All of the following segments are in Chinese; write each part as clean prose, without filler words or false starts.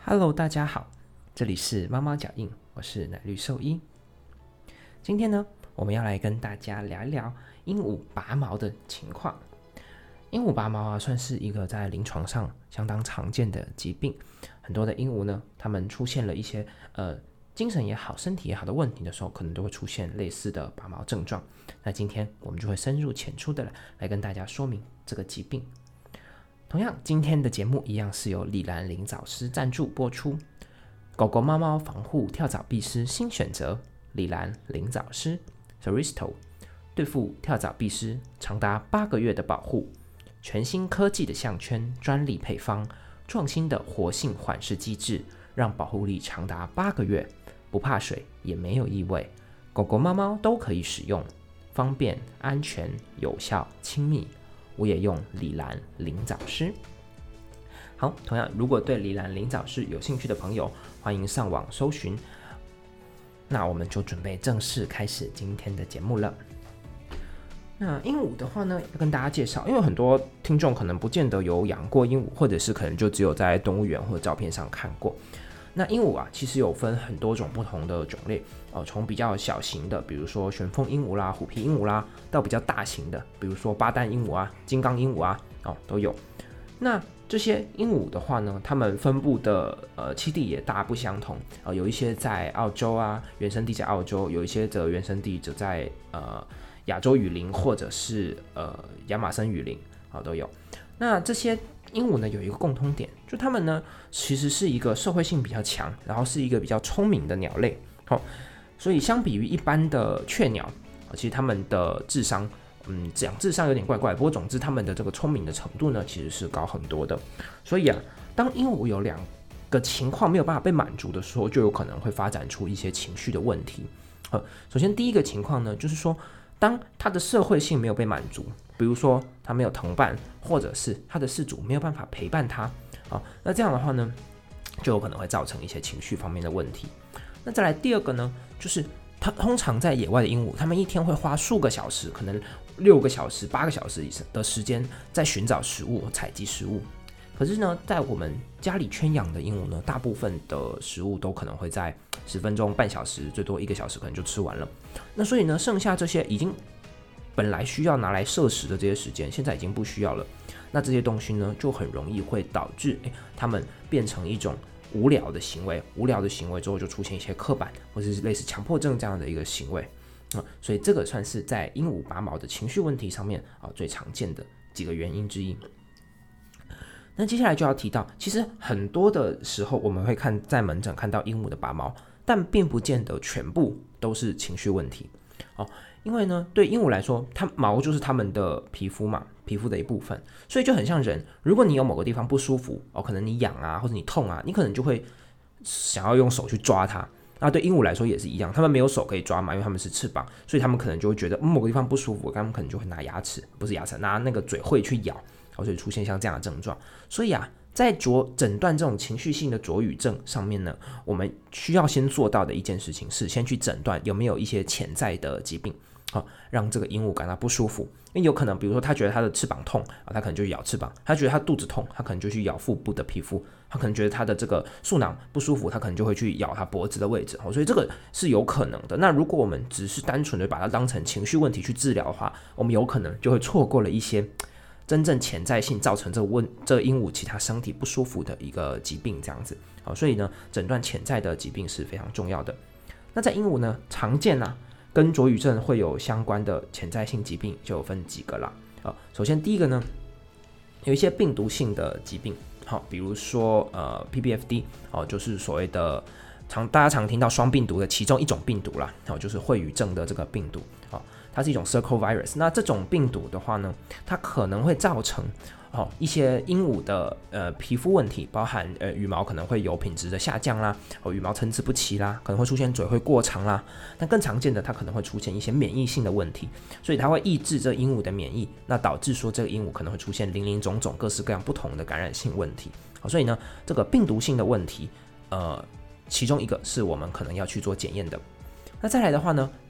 Hello， 大家好，这里是猫猫脚印，我是奶绿兽医。今天呢，我们要来跟大家聊一聊鹦鹉拔毛的情况。鹦鹉拔毛啊，算是一个在临床上相当常见的疾病。很多的鹦鹉呢，它们出现了一些精神也好、身体也好的问题的时候，可能都会出现类似的拔毛症状。那今天我们就会深入浅出的来跟大家说明这个疾病。同样，今天的节目一样是由李兰灵藻师赞助播出。狗狗、猫猫防护跳蚤壁虱新选择，李兰灵藻师 Theristo 对付跳蚤壁虱长达8个月的保护，全新科技的项圈专利配方，创新的活性缓释机制，让保护力长达8个月，不怕水也没有异味，狗狗、猫猫都可以使用，方便、安全、有效、亲密。我也用李兰灵藻师。好，同样，如果对李兰灵藻师有兴趣的朋友，欢迎上网搜寻。那我们就准备正式开始今天的节目了。那鹦鹉的话呢，要跟大家介绍，因为很多听众可能不见得有养过鹦鹉，或者是可能就只有在动物园或者照片上看过。那鹦鹉啊，其实有分很多种不同的种类从比较小型的，比如说玄凤鹦鹉啦、虎皮鹦鹉啦，到比较大型的，比如说巴丹鹦鹉啊、金刚鹦鹉啊，都有。那这些鹦鹉的话呢，它们分布的栖地也大不相同有一些在澳洲啊，原生地在澳洲；有一些则原生地则在亚洲雨林或者是亚马逊雨林都有。那这些鹦鹉呢有一个共通点，就它们呢其实是一个社会性比较强，然后是一个比较聪明的鸟类所以相比于一般的雀鸟其实它们的智商讲智商有点怪怪，不过总之它们的这个聪明的程度呢其实是高很多的。所以啊，当鹦鹉有2个情况没有办法被满足的时候，就有可能会发展出一些情绪的问题首先第一个情况呢，就是说当它的社会性没有被满足，比如说它没有同伴，或者是它的饲主没有办法陪伴它那这样的话呢，就有可能会造成一些情绪方面的问题。那再来第二个呢，就是它通常在野外的鹦鹉，它们一天会花数个小时，可能6个小时、8个小时以上的时间在寻找食物、采集食物。可是呢，在我们家里圈养的鹦鹉呢，大部分的食物都可能会在10分钟、半小时，最多1个小时可能就吃完了。那所以呢，剩下这些已经本来需要拿来摄食的这些时间，现在已经不需要了。那这些东西呢，就很容易会导致它们变成一种无聊的行为，无聊的行为之后就出现一些刻板或者是类似强迫症这样的一个行为所以这个算是在鹦鹉拔毛的情绪问题上面最常见的几个原因之一。那接下来就要提到，其实很多的时候我们会在门诊看到鹦鹉的拔毛，但并不见得全部都是情绪问题因为呢，对鹦鹉来说，它毛就是它们的皮肤嘛，皮肤的一部分，所以就很像人。如果你有某个地方不舒服可能你痒啊，或者你痛啊，你可能就会想要用手去抓它。那对鹦鹉来说也是一样，它们没有手可以抓嘛，因为它们是翅膀，所以它们可能就会觉得某个地方不舒服，它们可能就会拿牙齿，不是牙齿，拿那个嘴喙去咬，所以出现像这样的症状。所以啊，在诊断这种情绪性的啄羽症上面呢，我们需要先做到的一件事情是先去诊断有没有一些潜在的疾病让这个鹦鹉感到不舒服。因为有可能比如说它觉得它的翅膀痛它可能就去咬翅膀，它觉得它肚子痛，它可能就去咬腹部的皮肤，它可能觉得它的这个嗉囊不舒服，它可能就会去咬它脖子的位置所以这个是有可能的。那如果我们只是单纯的把它当成情绪问题去治疗的话，我们有可能就会错过了一些真正潜在性造成这鹦鹉其他身体不舒服的一个疾病这样子所以呢，诊断潜在的疾病是非常重要的。那在鹦鹉呢，常见跟啄羽症会有相关的潜在性疾病就有分几个啦首先第一个呢，有一些病毒性的疾病比如说PPFD 就是所谓的大家常听到双病毒的其中一种病毒啦就是秽语症的这个病毒它是一种 circle virus。 那这种病毒的话呢，它可能会造成一些鹦鹉的皮肤问题，包含羽毛可能会有品质的下降啦羽毛参差不齐啦，可能会出现嘴会过长啦。但更常见的，它可能会出现一些免疫性的问题，所以它会抑制这鹦鹉的免疫，那导致说这个鹦鹉可能会出现林林总总各式各样不同的感染性问题所以呢，这个病毒性的问题其中一个是我们可能要去做检验的。那再来的话呢，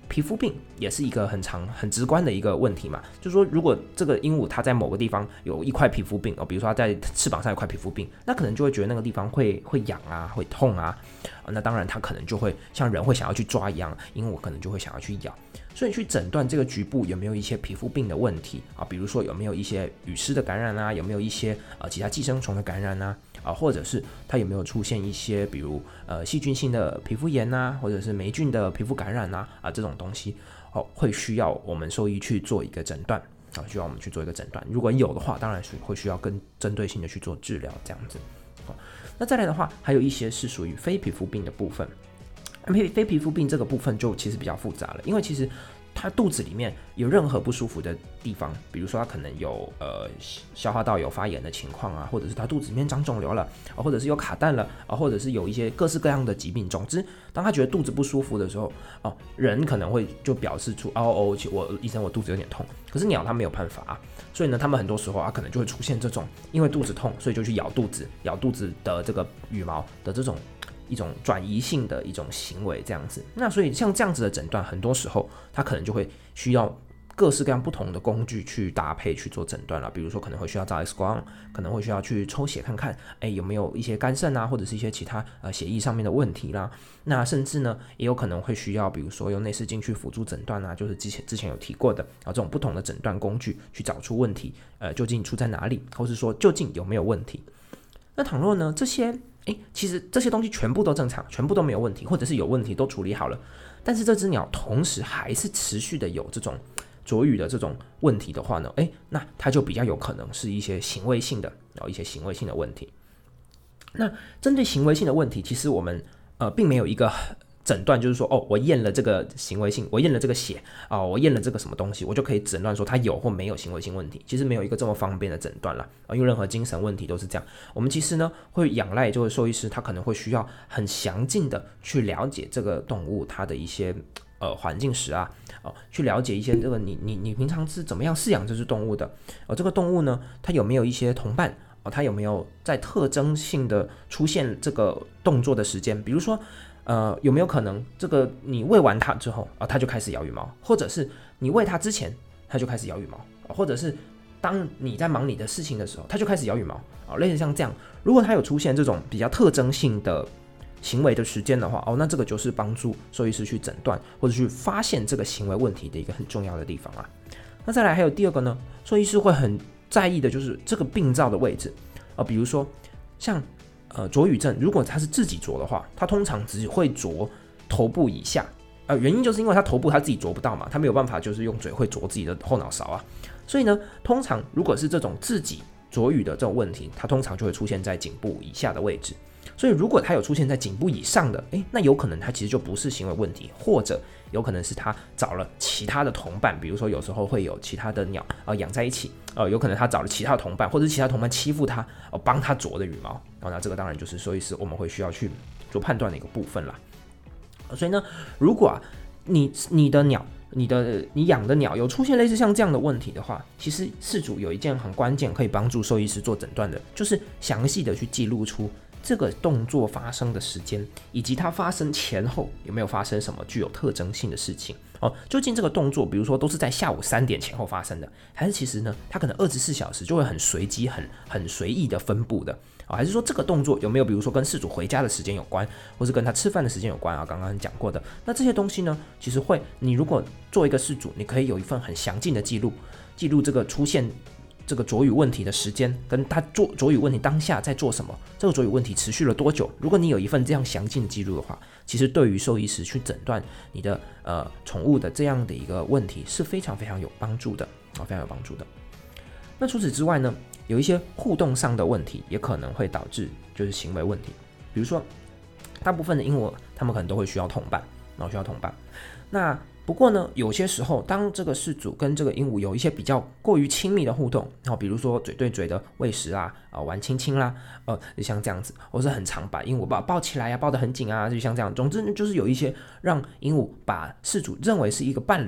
皮肤病也是一个很直观的一个问题嘛，就是说如果这个鹦鹉它在某个地方有一块皮肤病比如说它在翅膀上有一块皮肤病，那可能就会觉得那个地方会痒啊，会痛啊，那当然它可能就会像人会想要去抓一样，鹦鹉可能就会想要去咬。所以去诊断这个局部有没有一些皮肤病的问题比如说有没有一些雨湿的感染啊，有没有一些其他寄生虫的感染啊，或者是它有没有出现一些比如细菌性的皮肤炎啊，或者是霉菌的皮肤感染啊，这种东西会需要我们兽医去做一个诊断需要我们去做一个诊断。如果有的话，当然是会需要更针对性的去做治疗这样子。那再来的话，还有一些是属于非皮肤病的部分。非皮肤病这个部分就其实比较复杂了，因为其实他肚子里面有任何不舒服的地方，比如说他可能有消化道有发炎的情况啊，或者是他肚子里面长肿瘤了或者是有卡蛋了或者是有一些各式各样的疾病。总之当他觉得肚子不舒服的时候人可能会就表示出医生我肚子有点痛，可是鸟它没有办法所以呢他们很多时候可能就会出现这种因为肚子痛所以就去咬肚子的这个羽毛的这种一种转移性的一种行为这样子。那所以像这样子的诊断，很多时候它可能就会需要各式各样不同的工具去搭配去做诊断了。比如说可能会需要照 X 光，可能会需要去抽血看看有没有一些肝肾啊，或者是一些其他血液上面的问题啦。那甚至呢也有可能会需要比如说用内视镜去辅助诊断啊，就是之前有提过的这种不同的诊断工具去找出问题究竟出在哪里，或是说究竟有没有问题。那倘若呢这些其实这些东西全部都正常，全部都没有问题，或者是有问题都处理好了，但是这只鸟同时还是持续的有这种啄羽的这种问题的话呢那它就比较有可能是一些行为性的问题。那针对行为性的问题，其实我们并没有一个诊断，就是说我验了这个行为性，我验了这个血我验了这个什么东西，我就可以诊断说它有或没有行为性问题。其实没有一个这么方便的诊断啦因为任何精神问题都是这样。我们其实呢会仰赖就是兽医师，他可能会需要很详尽的去了解这个动物它的一些环境史去了解一些这个你平常是怎么样饲养这只动物的这个动物呢它有没有一些同伴它有没有在特征性的出现这个动作的时间，比如说有没有可能这个你喂完它之后它就开始摇羽毛，或者是你喂它之前它就开始摇羽毛或者是当你在忙你的事情的时候它就开始摇羽毛类似像这样。如果它有出现这种比较特征性的行为的时间的话那这个就是帮助兽医师去诊断或者去发现这个行为问题的一个很重要的地方那再来还有第二个呢，兽医师会很在意的就是这个病灶的位置比如说像啄羽症，如果他是自己啄的话，他通常只会啄头部以下原因就是因为他头部他自己啄不到嘛，他没有办法就是用嘴会啄自己的后脑勺所以呢通常如果是这种自己啄羽的这种问题，它通常就会出现在颈部以下的位置。所以如果它有出现在颈部以上的那有可能它其实就不是行为问题，或者有可能是它找了其他的同伴，比如说有时候会有其他的鸟养在一起有可能它找了其他的同伴，或者是其他同伴欺负它帮它啄的羽毛那这个当然就是兽医师我们会需要去做判断的一个部分啦所以呢如果你的鸟你养的鸟有出现类似像这样的问题的话，其实饲主有一件很关键可以帮助兽医师做诊断的，就是详细的去记录出这个动作发生的时间，以及它发生前后有没有发生什么具有特征性的事情究竟这个动作比如说都是在下午3点前后发生的，还是其实呢它可能24小时就会很随机很随意的分布的还是说这个动作有没有比如说跟饲主回家的时间有关，或是跟他吃饭的时间有关刚刚讲过的。那这些东西呢其实会你如果做一个饲主，你可以有一份很详尽的记录这个出现这个啄羽问题的时间，跟他做啄羽问题当下在做什么，这个啄羽问题持续了多久。如果你有一份这样详尽的记录的话，其实对于兽医师去诊断你的宠物的这样的一个问题是非常非常有帮助的非常有帮助的。那除此之外呢，有一些互动上的问题也可能会导致就是行为问题，比如说大部分的鹦鹉他们可能都会需要同伴那不过呢有些时候当这个饲主跟这个鹦鹉有一些比较过于亲密的互动比如说嘴对嘴的喂食玩亲亲啦就像这样子，或是很常把鹦鹉抱起来抱得很紧就像这样，总之就是有一些让鹦鹉把饲主认为是一个伴侣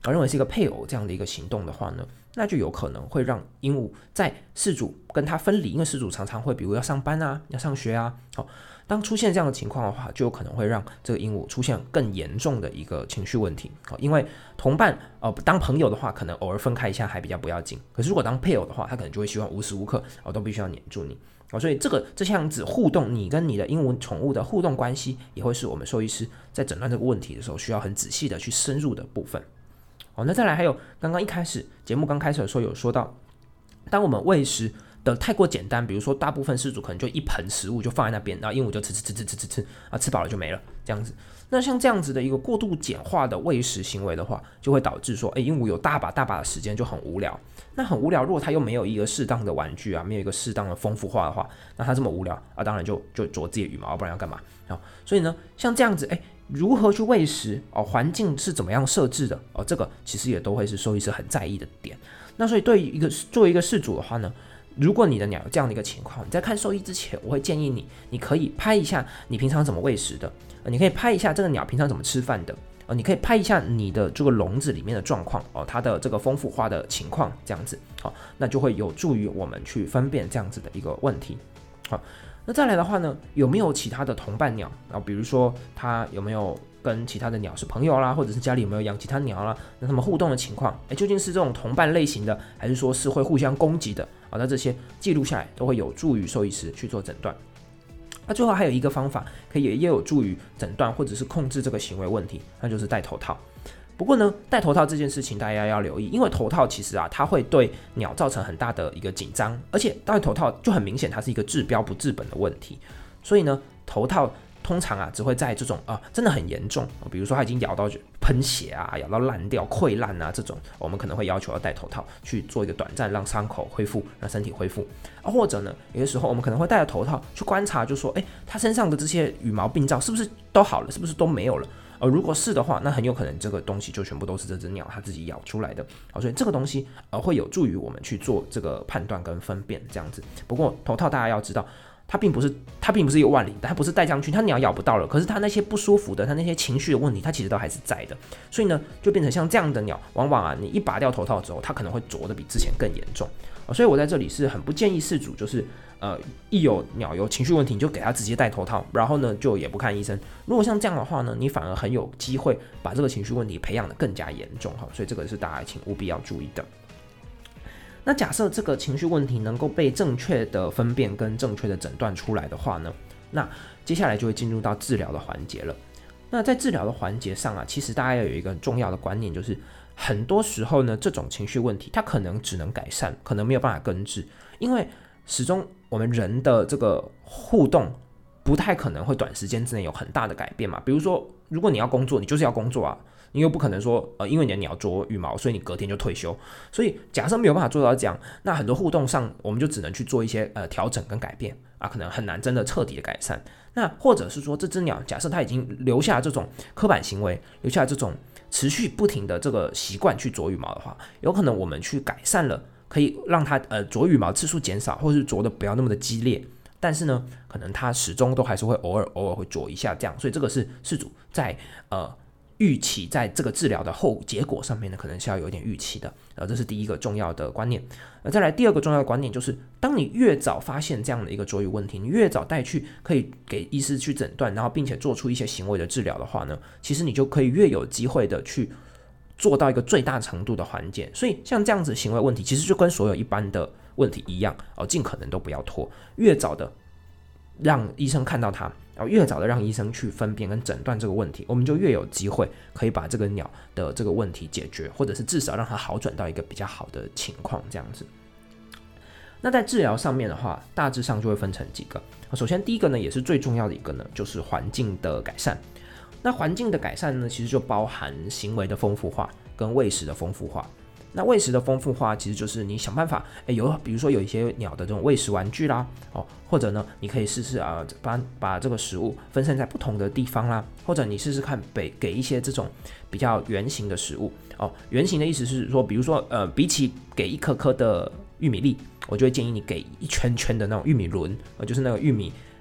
认为是一个配偶这样的一个行动的话呢，那就有可能会让鹦鹉在饲主跟它分离，因为饲主常常会比如要上班啊，要上学啊，当出现这样的情况的话，就有可能会让这个鹦鹉出现更严重的一个情绪问题。因为同伴当朋友的话，可能偶尔分开一下还比较不要紧，可是如果当配偶的话，他可能就会希望无时无刻都必须要黏住你。所以这样子互动，你跟你的鹦鹉宠物的互动关系，也会是我们兽医师在诊断这个问题的时候需要很仔细的去深入的部分。那再来还有刚刚一开始节目刚开始的时候有说到，当我们喂食的太过简单，比如说大部分饲主可能就一盆食物就放在那边，然后鹦鹉就吃吃饱了就没了这样子。那像这样子的一个过度简化的喂食行为的话，就会导致说，鹦鹉有大把的时间就很无聊。那很无聊，如果它又没有一个适当的玩具啊，没有一个适当的丰富化的话，那它这么无聊啊，当然就啄自己的羽毛，不然要干嘛？所以呢，像这样子，如何去喂食环境是怎么样设置的这个其实也都会是兽医师很在意的点。那所以对于作为一个饲主的话呢，如果你的鸟有这样的一个情况，你在看兽医之前，我会建议你可以拍一下你平常怎么喂食的，你可以拍一下这个鸟平常怎么吃饭的，你可以拍一下你的这个笼子里面的状况它的这个丰富化的情况，这样子那就会有助于我们去分辨这样子的一个问题。那再来的话呢，有没有其他的同伴鸟比如说它有没有跟其他的鸟是朋友啦，或者是家里有没有养其他鸟啦，那他们互动的情况究竟是这种同伴类型的，还是说是会互相攻击的那这些记录下来都会有助于兽医师去做诊断。那最后还有一个方法也有助于诊断或者是控制这个行为问题，那就是戴头套。不过呢，戴头套这件事情大家要留意，因为头套其实它会对鸟造成很大的一个紧张，而且戴头套就很明显它是一个治标不治本的问题。所以呢，头套通常只会在这种真的很严重，比如说它已经咬到喷血啊，咬到烂掉溃烂啊，这种我们可能会要求要戴头套去做一个短暂让伤口恢复，让身体恢复或者呢，有些时候我们可能会戴着头套去观察，就说它身上的这些羽毛病灶是不是都好了，是不是都没有了。如果是的话，那很有可能这个东西就全部都是这只鸟它自己咬出来的所以这个东西会有助于我们去做这个判断跟分辨这样子。不过头套大家要知道，它并不是一个万灵，它不是戴上去它鸟咬不到了，可是它那些不舒服的，它那些情绪的问题，它其实都还是在的。所以呢，就变成像这样的鸟，往往你一拔掉头套之后，它可能会啄得比之前更严重所以我在这里是很不建议饲主就是一有鸟有情绪问题，你就给它直接戴头套，然后呢就也不看医生。如果像这样的话呢，你反而很有机会把这个情绪问题培养得更加严重所以这个是大家请务必要注意的。那假设这个情绪问题能够被正确的分辨跟正确的诊断出来的话呢，那接下来就会进入到治疗的环节了。那在治疗的环节上其实大家要有一个很重要的观念，就是很多时候呢，这种情绪问题它可能只能改善，可能没有办法根治，因为始终我们人的这个互动不太可能会短时间之内有很大的改变嘛。比如说，如果你要工作，你就是要工作你又不可能说因为你的鸟啄羽毛，所以你隔天就退休。所以假设没有办法做到这样，那很多互动上我们就只能去做一些调整跟改变可能很难真的彻底的改善。那或者是说，这只鸟假设它已经留下这种刻板行为，留下这种持续不停的这个习惯去啄羽毛的话，有可能我们去改善了，可以让它啄羽毛次数减少，或是啄的不要那么的激烈。但是呢，可能它始终都还是会偶尔会啄一下这样，所以这个是饲主在预期在这个治疗的后结果上面呢，可能是要有一点预期的这是第一个重要的观念。再来第二个重要的观念就是，当你越早发现这样的一个啄羽问题，你越早带去可以给医师去诊断，然后并且做出一些行为的治疗的话呢，其实你就可以越有机会的去做到一个最大程度的缓解。所以像这样子行为问题，其实就跟所有一般的问题一样尽可能都不要拖，越早的让医生看到它，越早的让医生去分辨跟诊断这个问题，我们就越有机会可以把这个鸟的这个问题解决，或者是至少让它好转到一个比较好的情况这样子。那在治疗上面的话，大致上就会分成几个。首先第一个呢，也是最重要的一个呢，就是环境的改善。那环境的改善呢，其实就包含行为的丰富化跟喂食的丰富化。那喂食的丰富化其实就是你想办法比如说有一些鸟的这种喂食玩具啦或者呢你可以试试把这个食物分散在不同的地方啦，或者你试试看给一些这种比较圆形的食物圆形的意思是说，比如说比起给一颗颗的玉米粒，我就会建议你给一圈圈的那种玉米轮就是那个玉米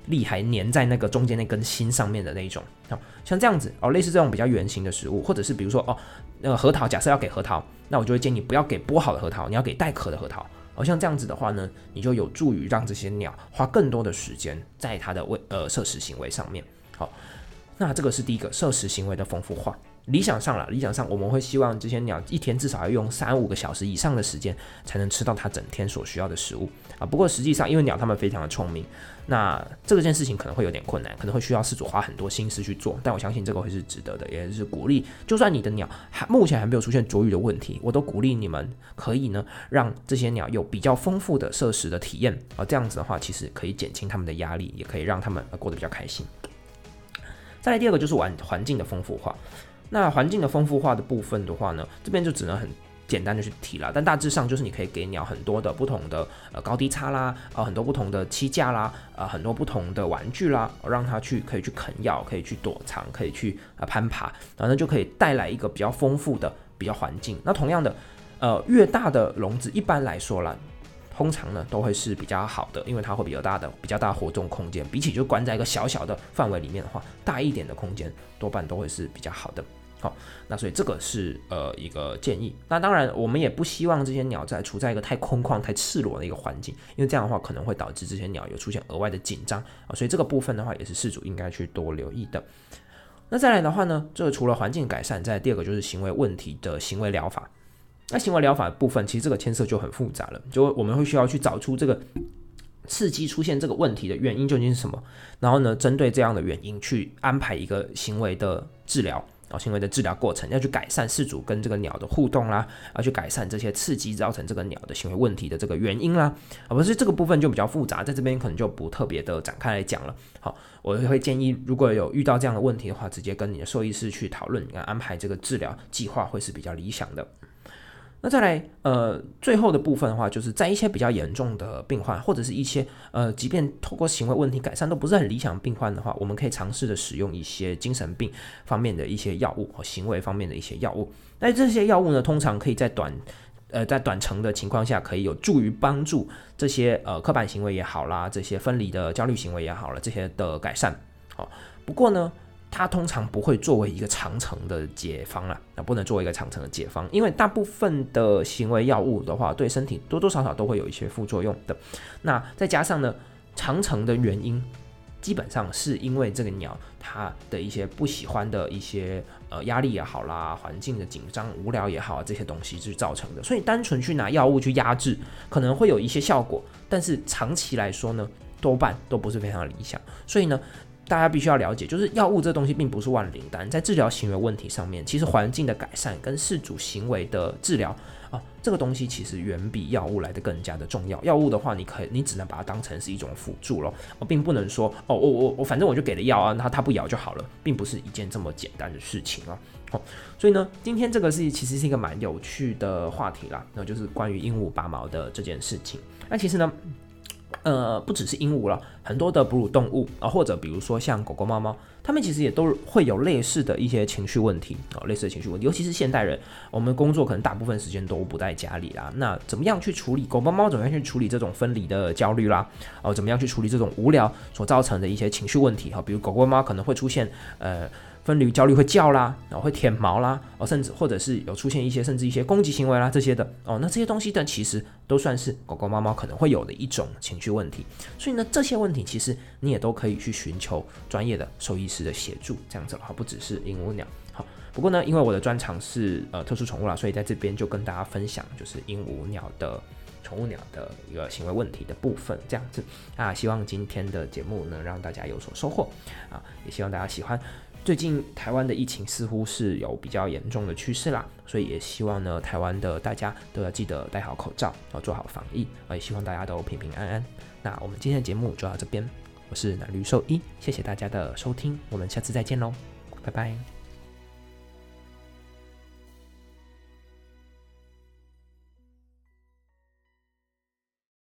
粒还粘在那个中间那根芯上面的那一种，像这样子类似这种比较圆形的食物，或者是比如说核桃，假设要给核桃，那我就会建议不要给剥好的核桃，你要给带壳的核桃。像这样子的话呢，你就有助于让这些鸟花更多的时间在它的摄食行为上面。好，那这个是第一个摄食行为的丰富化。理想上我们会希望这些鸟一天至少要用3-5个小时以上的时间才能吃到它整天所需要的食物不过实际上因为鸟它们非常的聪明，那这件事情可能会有点困难，可能会需要饲主花很多心思去做，但我相信这个会是值得的，也是鼓励就算你的鸟目前还没有出现啄羽的问题，我都鼓励你们可以呢让这些鸟有比较丰富的摄食的体验这样子的话其实可以减轻它们的压力，也可以让它们过得比较开心。再来第二个就是环境的丰富化。那环境的丰富化的部分的话呢，这边就只能很简单的去提啦，但大致上就是你可以给鸟很多的不同的高低差啦，很多不同的栖架啦，很多不同的玩具啦，让它可以去啃咬，可以去躲藏，可以去攀爬，然后呢就可以带来一个比较丰富的比较环境。那同样的越大的笼子一般来说啦，通常呢都会是比较好的，因为它会比较大的活动空间，比起就关在一个小小的范围里面的话，大一点的空间多半都会是比较好的。好，那所以这个是一个建议。那当然我们也不希望这些鸟处在一个太空旷太赤裸的一个环境，因为这样的话可能会导致这些鸟有出现额外的紧张所以这个部分的话也是饲主应该去多留意的。那再来的话呢，这个除了环境改善，再来第二个就是行为问题的行为疗法。那行为疗法的部分其实这个牵涉就很复杂了，就我们会需要去找出这个刺激出现这个问题的原因究竟是什么，然后呢针对这样的原因去安排一个行为的治疗行为的治疗过程，要去改善饲主跟这个鸟的互动啦，要去改善这些刺激造成这个鸟的行为问题的这个原因啦不是这个部分就比较复杂，在这边可能就不特别的展开来讲了。好，我会建议如果有遇到这样的问题的话，直接跟你的兽医师去讨论，安排这个治疗计划会是比较理想的。那再来最后的部分的话，就是在一些比较严重的病患，或者是一些即便透过行为问题改善都不是很理想的病患的话，我们可以尝试的使用一些精神病方面的一些药物和行为方面的一些药物。那这些药物呢，通常可以在短程的情况下，可以有助于帮助这些刻板行为也好啦，这些分离的焦虑行为也好了，这些的改善。不过呢它通常不会作为一个长程的解方啦，不能作为一个长程的解方，因为大部分的行为药物的话，对身体多多少少都会有一些副作用的。那再加上呢，长程的原因基本上是因为这个鸟它的一些不喜欢的一些压力也好啦，环境的紧张、无聊也好这些东西是造成的。所以单纯去拿药物去压制，可能会有一些效果，但是长期来说呢，多半都不是非常的理想。所以呢，大家必须要了解，就是药物这东西并不是万灵丹，在治疗行为问题上面，其实环境的改善跟饲主行为的治疗这个东西其实远比药物来的更加的重要。药物的话，你只能把它当成是一种辅助咯，并不能说我反正我就给了药啊，它不咬就好了，并不是一件这么简单的事情所以呢，今天这个其实是一个蛮有趣的话题啦，那就是关于鹦鹉拔毛的这件事情。那其实呢不只是鹦鹉了，很多的哺乳动物或者比如说像狗狗、猫猫，它们其实也都会有类似的一些情绪问题类似的情绪问题。尤其是现代人，我们工作可能大部分时间都不在家里啦，那怎么样去处理狗猫猫？怎么样去处理这种分离的焦虑啦？怎么样去处理这种无聊所造成的一些情绪问题？比如狗狗、猫猫可能会出现分离焦虑会叫啦，会舔毛啦，甚至或者是有出现一些甚至一些攻击行为啦这些的那这些东西的其实都算是狗狗猫猫可能会有的一种情绪问题。所以呢，这些问题其实你也都可以去寻求专业的兽医师的协助，这样子不只是鹦鹉鸟。好，不过呢，因为我的专长是特殊宠物啦，所以在这边就跟大家分享就是鹦鹉鸟的宠物鸟的一个行为问题的部分，这样子希望今天的节目能让大家有所收获也希望大家喜欢。最近台湾的疫情似乎是有比较严重的趋势啦，所以也希望呢台湾的大家都要记得戴好口罩，做好防疫，也希望大家都平平安安。那我们今天的节目就到这边，我是奶绿兽医，谢谢大家的收听，我们下次再见喽，拜拜。